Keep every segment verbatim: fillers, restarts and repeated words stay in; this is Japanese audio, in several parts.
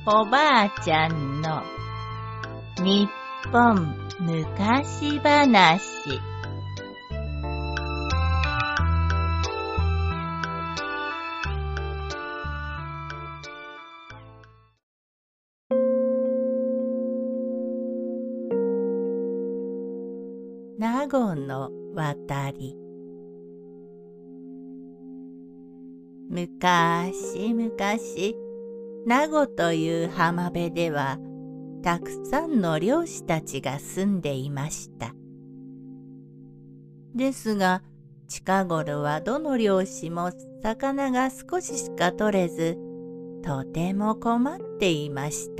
おばあちゃんの日本昔話。名護の渡り。むかしむかし、名護という浜辺では、たくさんの漁師たちが住んでいました。ですが、近頃はどの漁師も魚が少ししか取れず、とても困っていました。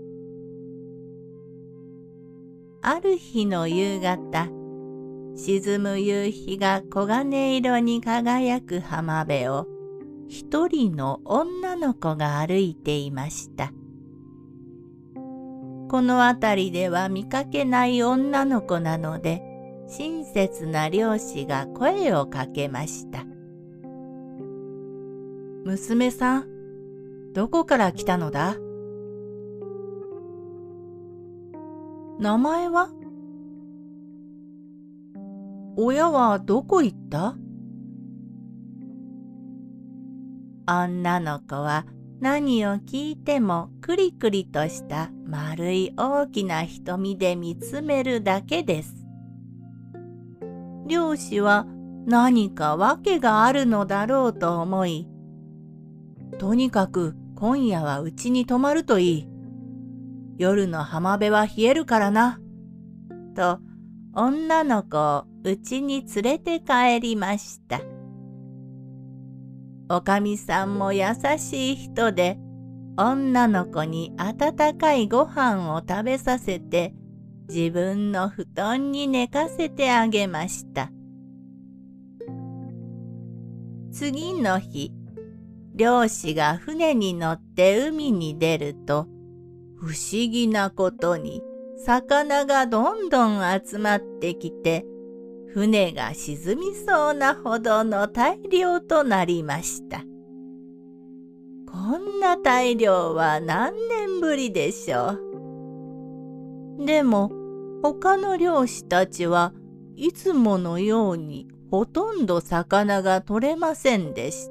ある日の夕方、沈む夕日が黄金色に輝く浜辺を、一人の女の子が歩いていました。この辺りでは見かけない女の子なので、親切な漁師が声をかけました。娘さん、どこから来たのだ？名前は？親はどこ行った？女の子は何を聞いてもクリクリとした丸い大きな瞳で見つめるだけです。漁師は何か訳があるのだろうと思い、とにかく今夜はうちに泊まるといい。夜の浜辺は冷えるからな。と女の子をうちに連れて帰りました。おかみさんも優しい人で、女の子に温かいご飯を食べさせて、自分の布団に寝かせてあげました。次の日、漁師が船に乗って海に出ると、不思議なことに魚がどんどん集まってきて、船が沈みそうなほどの大漁となりました。こんな大漁は何年ぶりでしょう。でも他の漁師たちはいつものようにほとんど魚が取れませんでした。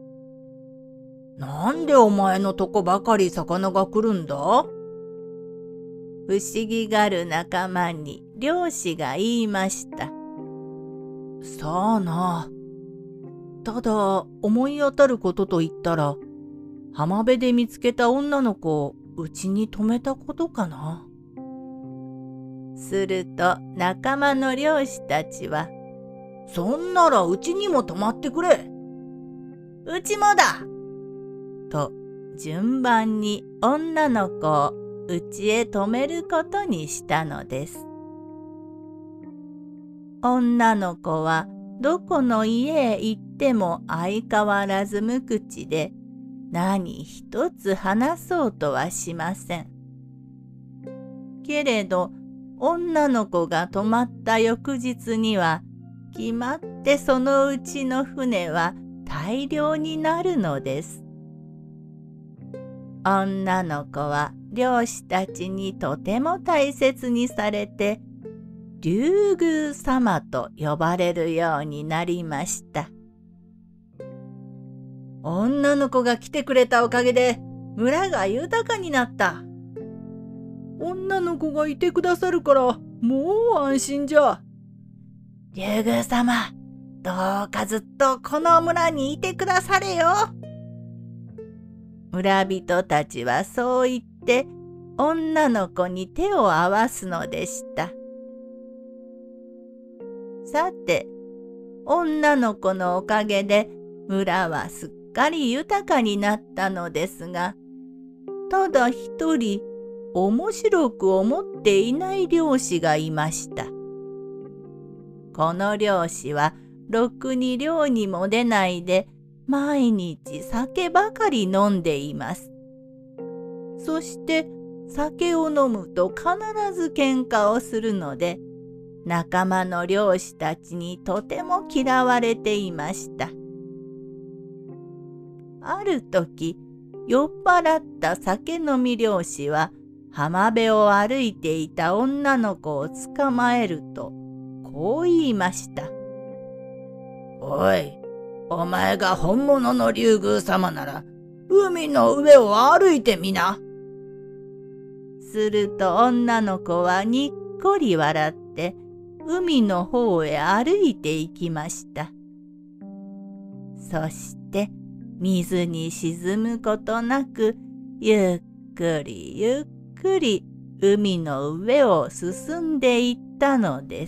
なんでお前のとこばかり魚が来るんだ？不思議がる仲間に漁師が言いました。さあな。ただ思い当たることと言ったら、浜辺で見つけた女の子をうちに泊めたことかな。すると仲間の漁師たちは、そんならうちにも泊まってくれ。うちもだと順番に女の子をうちへ泊めることにしたのです。女の子はどこの家へ行っても相変わらず無口で、何一つ話そうとはしません。けれど女の子が泊まった翌日には、決まってそのうちの船は大漁になるのです。女の子は漁師たちにとても大切にされて、竜宮様と呼ばれるようになりました。女の子が来てくれたおかげで村が豊かになった。女の子がいてくださるからもう安心じゃ。竜宮様、どうかずっとこの村にいてくだされよ。村人たちはそう言って女の子に手を合わすのでした。さて、女の子のおかげで村はすっかり豊かになったのですが、ただ一人面白く思っていない漁師がいました。この漁師はろくに漁にも出ないで、毎日酒ばかり飲んでいます。そして酒を飲むと必ず喧嘩をするので、仲間の漁師たちにとても嫌われていました。ある時、 酔っ払った酒飲み漁師は浜辺を歩いていた女の子を捕まえると、こう言いました。おい、お前が本物の竜宮様なら、海の上を歩いてみな。すると女の子はにっこり笑って、海の方へ歩いて行きました。そして水に沈むことなく、ゆっくりゆっくり海の上を進んでいったのです。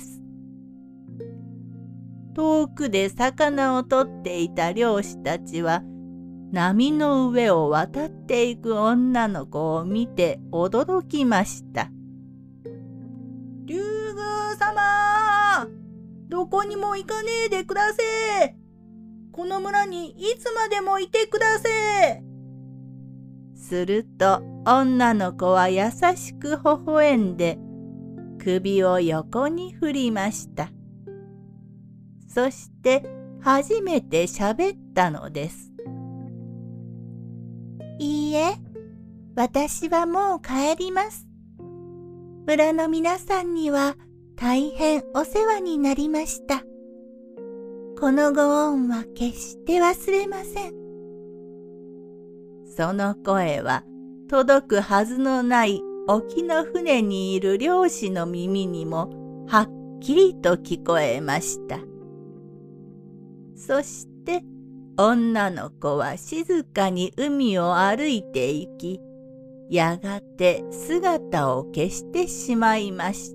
遠くで魚を取っていた漁師たちは、波の上を渡っていく女の子を見て驚きました。竜宮様、どこにも行かねえでくだせえ。この村にいつまでもいてくだせえ。すると女の子は優しく微笑んで首を横に振りました。そして初めてしゃべったのです。いいえ、私はもう帰ります。村の皆さんには大変お世話になりました。このご恩は決して忘れません。その声は届くはずのない沖の船にいる漁師の耳にもはっきりと聞こえました。そして女の子は静かに海を歩いて行き、やがて姿を消してしまいました。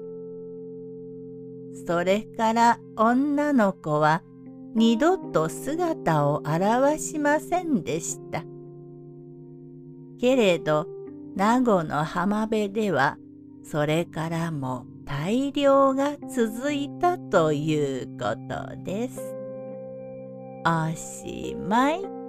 それから女の子は二度と姿を現しませんでした。けれど名護の浜辺ではそれからも大漁が続いたということです。おしまい。